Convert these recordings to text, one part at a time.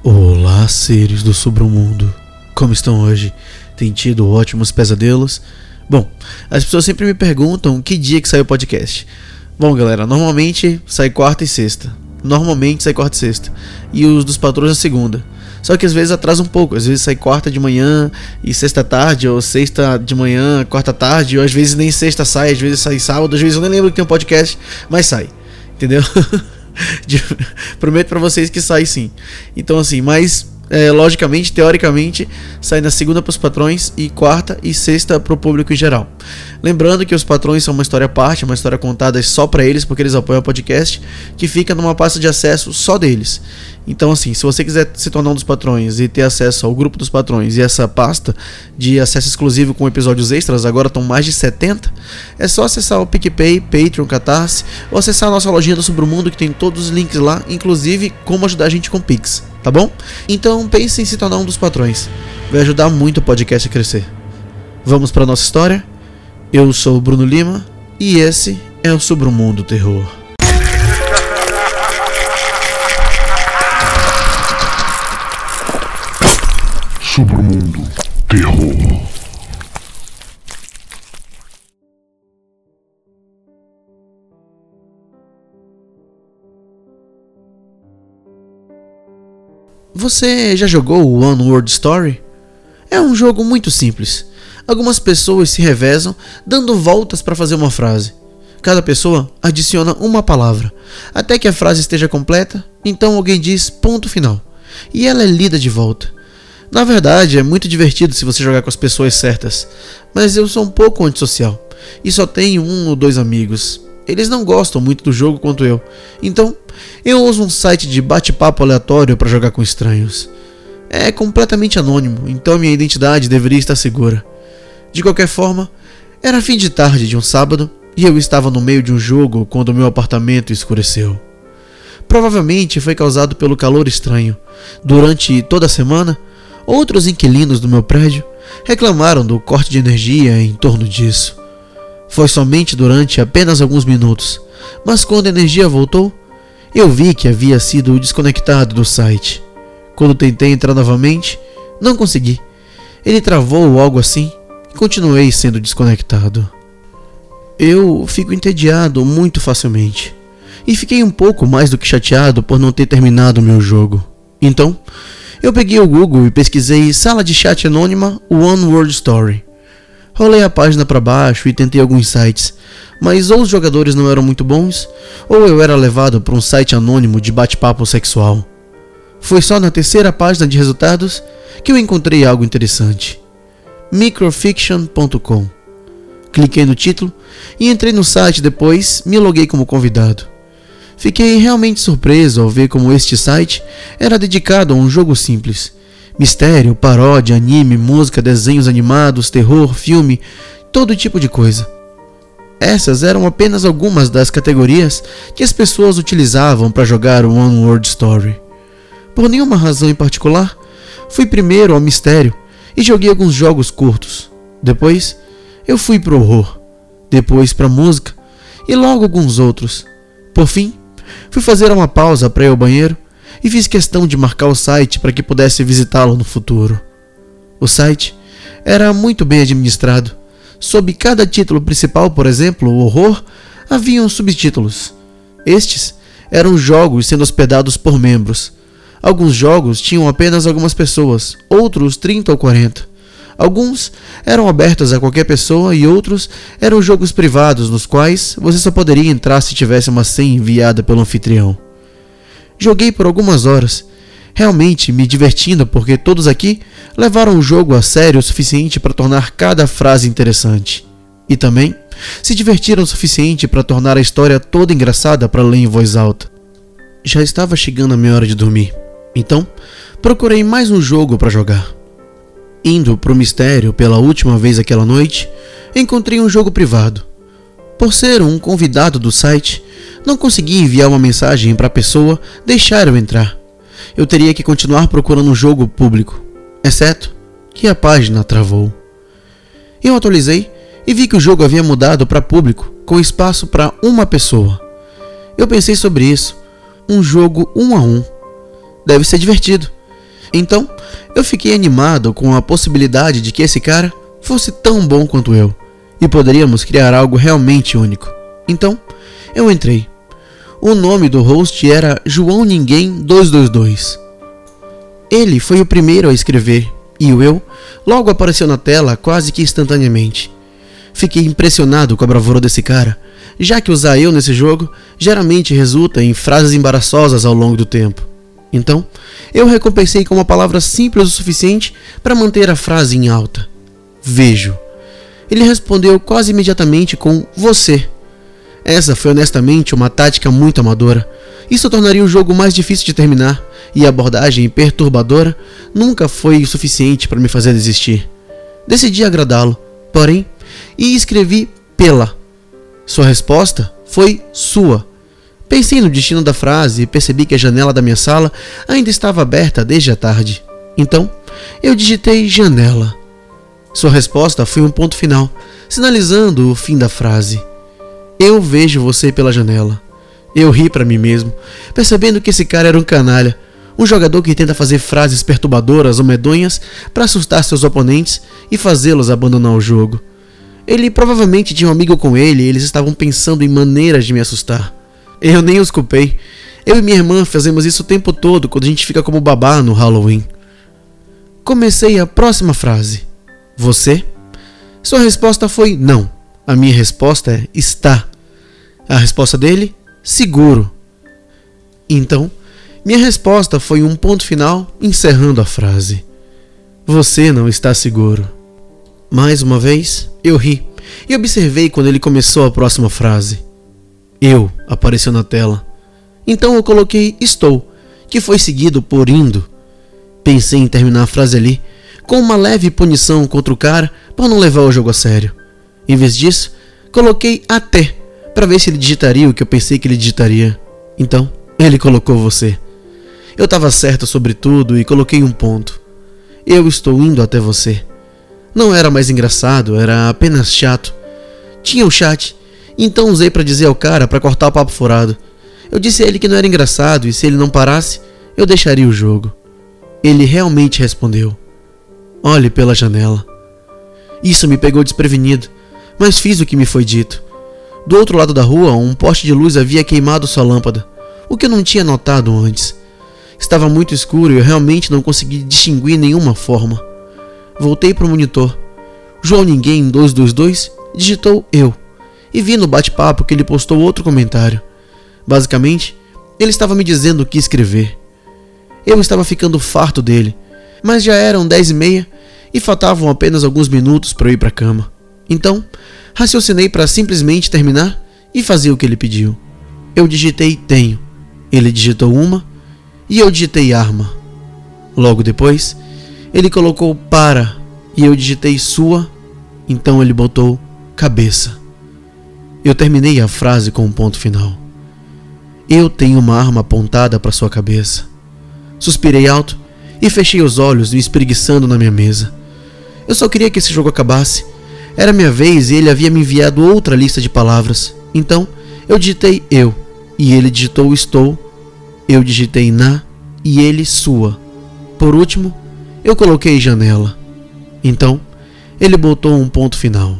Olá, seres do submundo. Como estão hoje? Tem tido ótimos pesadelos? Bom, as pessoas sempre me perguntam que dia que sai o podcast. Bom, galera, normalmente sai quarta e sexta. E os dos patrões na segunda. Só que às vezes atrasa um pouco. Às vezes sai quarta de manhã e sexta tarde, ou sexta de manhã, quarta tarde, ou às vezes nem sexta sai, às vezes sai sábado, às vezes eu nem lembro que tem um podcast, mas sai. Entendeu? Prometo pra vocês que sai sim. Então assim, mas logicamente, teoricamente, sai na segunda pros patrões e quarta e sexta pro público em geral. Lembrando que os patrões são uma história à parte, uma história contada só pra eles, porque eles apoiam o podcast, que fica numa pasta de acesso só deles. Então assim, se você quiser se tornar um dos patrões e ter acesso ao grupo dos patrões e essa pasta de acesso exclusivo com episódios extras, agora estão mais de 70, é só acessar o PicPay, Patreon, Catarse, ou acessar a nossa lojinha do Submundo, que tem todos os links lá, inclusive como ajudar a gente com Pix, tá bom? Então pense em se tornar um dos patrões, vai ajudar muito o podcast a crescer. Vamos para nossa história? Eu sou o Bruno Lima e esse é o Submundo Terror. Submundo Terror. Você já jogou o One Word Story? É um jogo muito simples. Algumas pessoas se revezam dando voltas para fazer uma frase. Cada pessoa adiciona uma palavra, até que a frase esteja completa, então alguém diz ponto final, e ela é lida de volta. Na verdade, é muito divertido se você jogar com as pessoas certas, mas eu sou um pouco antissocial, e só tenho 1 ou 2 amigos. Eles não gostam muito do jogo quanto eu, então eu uso um site de bate-papo aleatório para jogar com estranhos. É completamente anônimo, então minha identidade deveria estar segura. De qualquer forma, era fim de tarde de um sábado e eu estava no meio de um jogo quando meu apartamento escureceu. Provavelmente foi causado pelo calor estranho. Durante toda a semana, outros inquilinos do meu prédio reclamaram do corte de energia em torno disso. Foi somente durante apenas alguns minutos, mas quando a energia voltou, eu vi que havia sido desconectado do site. Quando tentei entrar novamente, não consegui. Ele travou ou algo assim e continuei sendo desconectado. Eu fico entediado muito facilmente e fiquei um pouco mais do que chateado por não ter terminado o meu jogo. Então, eu peguei o Google e pesquisei sala de chat anônima One Word Story. Rolei a página para baixo e tentei alguns sites, mas ou os jogadores não eram muito bons, ou eu era levado para um site anônimo de bate-papo sexual. Foi só na terceira página de resultados que eu encontrei algo interessante. Microfiction.com. Cliquei no título e entrei no site. Depois me loguei como convidado. Fiquei realmente surpreso ao ver como este site era dedicado a um jogo simples. Mistério, paródia, anime, música, desenhos animados, terror, filme, todo tipo de coisa. Essas eram apenas algumas das categorias que as pessoas utilizavam para jogar o One Word Story. Por nenhuma razão em particular, fui primeiro ao mistério e joguei alguns jogos curtos. Depois, eu fui pro horror. Depois pra música e logo alguns outros. Por fim, fui fazer uma pausa para ir ao banheiro e fiz questão de marcar o site para que pudesse visitá-lo no futuro. O site era muito bem administrado. Sob cada título principal, por exemplo, o horror, haviam subtítulos. Estes eram jogos sendo hospedados por membros. Alguns jogos tinham apenas algumas pessoas, outros 30 ou 40. Alguns eram abertos a qualquer pessoa e outros eram jogos privados nos quais você só poderia entrar se tivesse uma senha enviada pelo anfitrião. Joguei por algumas horas, realmente me divertindo porque todos aqui levaram o jogo a sério o suficiente para tornar cada frase interessante. E também se divertiram o suficiente para tornar a história toda engraçada para ler em voz alta. Já estava chegando a minha hora de dormir, então procurei mais um jogo para jogar. Indo pro mistério pela última vez aquela noite, encontrei um jogo privado. Por ser um convidado do site, não consegui enviar uma mensagem para a pessoa deixar eu entrar. Eu teria que continuar procurando um jogo público, exceto que a página travou. Eu atualizei e vi que o jogo havia mudado para público, com espaço para uma pessoa. Eu pensei sobre isso, um jogo 1 a 1. Deve ser divertido. Então, eu fiquei animado com a possibilidade de que esse cara fosse tão bom quanto eu, e poderíamos criar algo realmente único. Então, eu entrei. O nome do host era João Ninguém 222. Ele foi o primeiro a escrever, e o eu logo apareceu na tela quase que instantaneamente. Fiquei impressionado com a bravura desse cara, já que usar eu nesse jogo geralmente resulta em frases embaraçosas ao longo do tempo. Então, eu recompensei com uma palavra simples o suficiente para manter a frase em alta. Vejo. Ele respondeu quase imediatamente com você. Essa foi honestamente uma tática muito amadora. Isso tornaria o jogo mais difícil de terminar, e a abordagem perturbadora nunca foi o suficiente para me fazer desistir. Decidi agradá-lo, porém, e escrevi pela. Sua resposta foi sua. Pensei no destino da frase e percebi que a janela da minha sala ainda estava aberta desde a tarde. Então, eu digitei janela. Sua resposta foi um ponto final, sinalizando o fim da frase. Eu vejo você pela janela. Eu ri para mim mesmo, percebendo que esse cara era um canalha, um jogador que tenta fazer frases perturbadoras ou medonhas para assustar seus oponentes e fazê-los abandonar o jogo. Ele provavelmente tinha um amigo com ele e eles estavam pensando em maneiras de me assustar. Eu nem os culpei. Eu e minha irmã fazemos isso o tempo todo quando a gente fica como babá no Halloween. Comecei a próxima frase. Você? Sua resposta foi não. A minha resposta é está. A resposta dele? Seguro. Então, minha resposta foi um ponto final encerrando a frase. Você não está seguro. Mais uma vez, eu ri e observei quando ele começou a próxima frase. Eu apareceu na tela. Então eu coloquei estou, que foi seguido por indo. Pensei em terminar a frase ali, com uma leve punição contra o cara por não levar o jogo a sério. Em vez disso, coloquei até, para ver se ele digitaria o que eu pensei que ele digitaria. Então, ele colocou você. Eu estava certo sobre tudo e coloquei um ponto. Eu estou indo até você. Não era mais engraçado, era apenas chato. Tinha o chat, então usei para dizer ao cara para cortar o papo furado. Eu disse a ele que não era engraçado e se ele não parasse, eu deixaria o jogo. Ele realmente respondeu. Olhe pela janela. Isso me pegou desprevenido, mas fiz o que me foi dito. Do outro lado da rua, um poste de luz havia queimado sua lâmpada, o que eu não tinha notado antes. Estava muito escuro e eu realmente não consegui distinguir nenhuma forma. Voltei para o monitor. João Ninguém 222 digitou eu e vi no bate-papo que ele postou outro comentário. Basicamente, ele estava me dizendo o que escrever. Eu estava ficando farto dele, mas já eram 10h30 e faltavam apenas alguns minutos para eu ir para a cama. Então, raciocinei para simplesmente terminar e fazer o que ele pediu. Eu digitei tenho, ele digitou uma e eu digitei arma. Logo depois, ele colocou para e eu digitei sua, então ele botou cabeça. Eu terminei a frase com um ponto final. Eu tenho uma arma apontada para sua cabeça. Suspirei alto e fechei os olhos me espreguiçando na minha mesa. Eu só queria que esse jogo acabasse. Era minha vez e ele havia me enviado outra lista de palavras. Então, eu digitei eu e ele digitou estou. Eu digitei na e ele sua. Por último, eu coloquei janela. Então, ele botou um ponto final.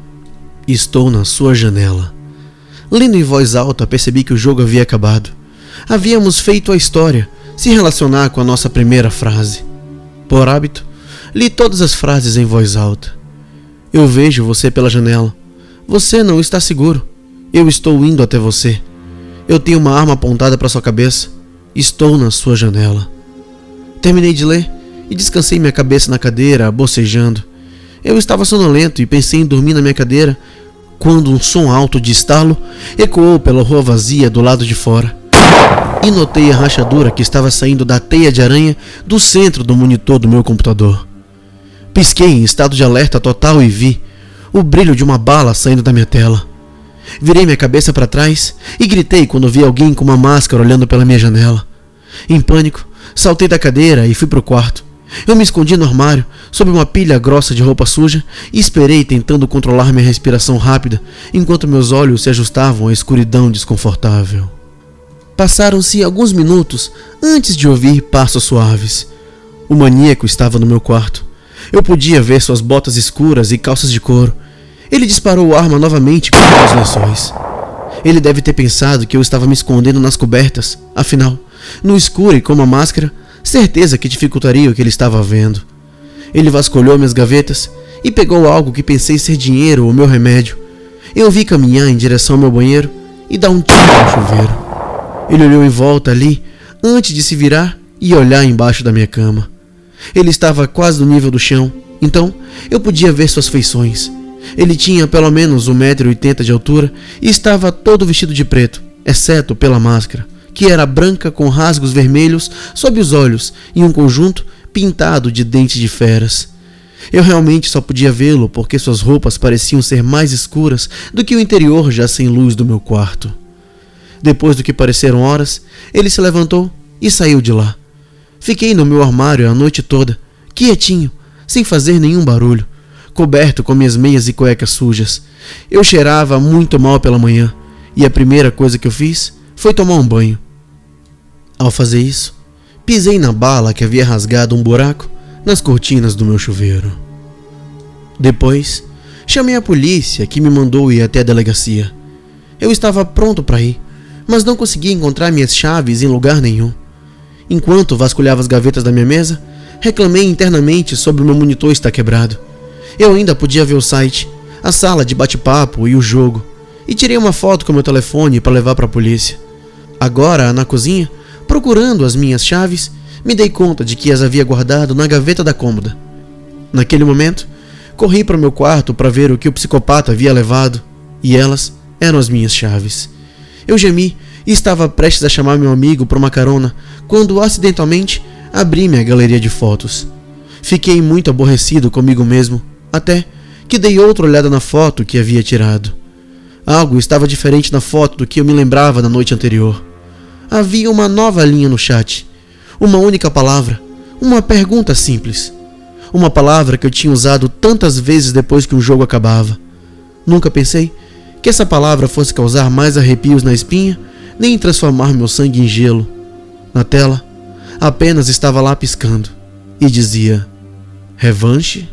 Estou na sua janela. Lendo em voz alta, percebi que o jogo havia acabado. Havíamos feito a história se relacionar com a nossa primeira frase. Por hábito, li todas as frases em voz alta. Eu vejo você pela janela. Você não está seguro. Eu estou indo até você. Eu tenho uma arma apontada para sua cabeça. Estou na sua janela. Terminei de ler e descansei minha cabeça na cadeira, bocejando. Eu estava sonolento e pensei em dormir na minha cadeira quando um som alto de estalo ecoou pela rua vazia do lado de fora. E notei a rachadura que estava saindo da teia de aranha do centro do monitor do meu computador. Pisquei em estado de alerta total e vi o brilho de uma bala saindo da minha tela. Virei minha cabeça para trás e gritei quando vi alguém com uma máscara olhando pela minha janela. Em pânico, saltei da cadeira e fui para o quarto. Eu me escondi no armário, sob uma pilha grossa de roupa suja, e esperei tentando controlar minha respiração rápida, enquanto meus olhos se ajustavam à escuridão desconfortável. Passaram-se alguns minutos antes de ouvir passos suaves. O maníaco estava no meu quarto. Eu podia ver suas botas escuras e calças de couro. Ele disparou a arma novamente contra os lençóis. Ele deve ter pensado que eu estava me escondendo nas cobertas. Afinal, no escuro e com uma máscara, certeza que dificultaria o que ele estava vendo. Ele vasculhou minhas gavetas e pegou algo que pensei ser dinheiro ou meu remédio. Eu vi caminhar em direção ao meu banheiro e dar um tiro no chuveiro. Ele olhou em volta ali antes de se virar e olhar embaixo da minha cama. Ele estava quase no nível do chão, então eu podia ver suas feições. Ele tinha pelo menos 1,80 m de altura e estava todo vestido de preto, exceto pela máscara, que era branca com rasgos vermelhos sob os olhos e um conjunto pintado de dentes de feras. Eu realmente só podia vê-lo porque suas roupas pareciam ser mais escuras do que o interior já sem luz do meu quarto. Depois do que pareceram horas, ele se levantou e saiu de lá. Fiquei no meu armário a noite toda, quietinho, sem fazer nenhum barulho, coberto com minhas meias e cuecas sujas. Eu cheirava muito mal pela manhã, e a primeira coisa que eu fiz foi tomar um banho. Ao fazer isso, pisei na bala que havia rasgado um buraco nas cortinas do meu chuveiro. Depois, chamei a polícia, que me mandou ir até a delegacia. Eu estava pronto para ir, mas não conseguia encontrar minhas chaves em lugar nenhum. Enquanto vasculhava as gavetas da minha mesa, reclamei internamente sobre o meu monitor estar quebrado. Eu ainda podia ver o site, a sala de bate-papo e o jogo, e tirei uma foto com meu telefone para levar para a polícia. Agora, na cozinha, procurando as minhas chaves, me dei conta de que as havia guardado na gaveta da cômoda. Naquele momento, corri para o meu quarto para ver o que o psicopata havia levado, e elas eram as minhas chaves. Eu gemi e estava prestes a chamar meu amigo para uma carona quando, acidentalmente, abri minha galeria de fotos. Fiquei muito aborrecido comigo mesmo, até que dei outra olhada na foto que havia tirado. Algo estava diferente na foto do que eu me lembrava na noite anterior. Havia uma nova linha no chat. Uma única palavra, uma pergunta simples. Uma palavra que eu tinha usado tantas vezes depois que o jogo acabava. Nunca pensei que essa palavra fosse causar mais arrepios na espinha, nem transformar meu sangue em gelo. Na tela, apenas estava lá piscando e dizia: revanche?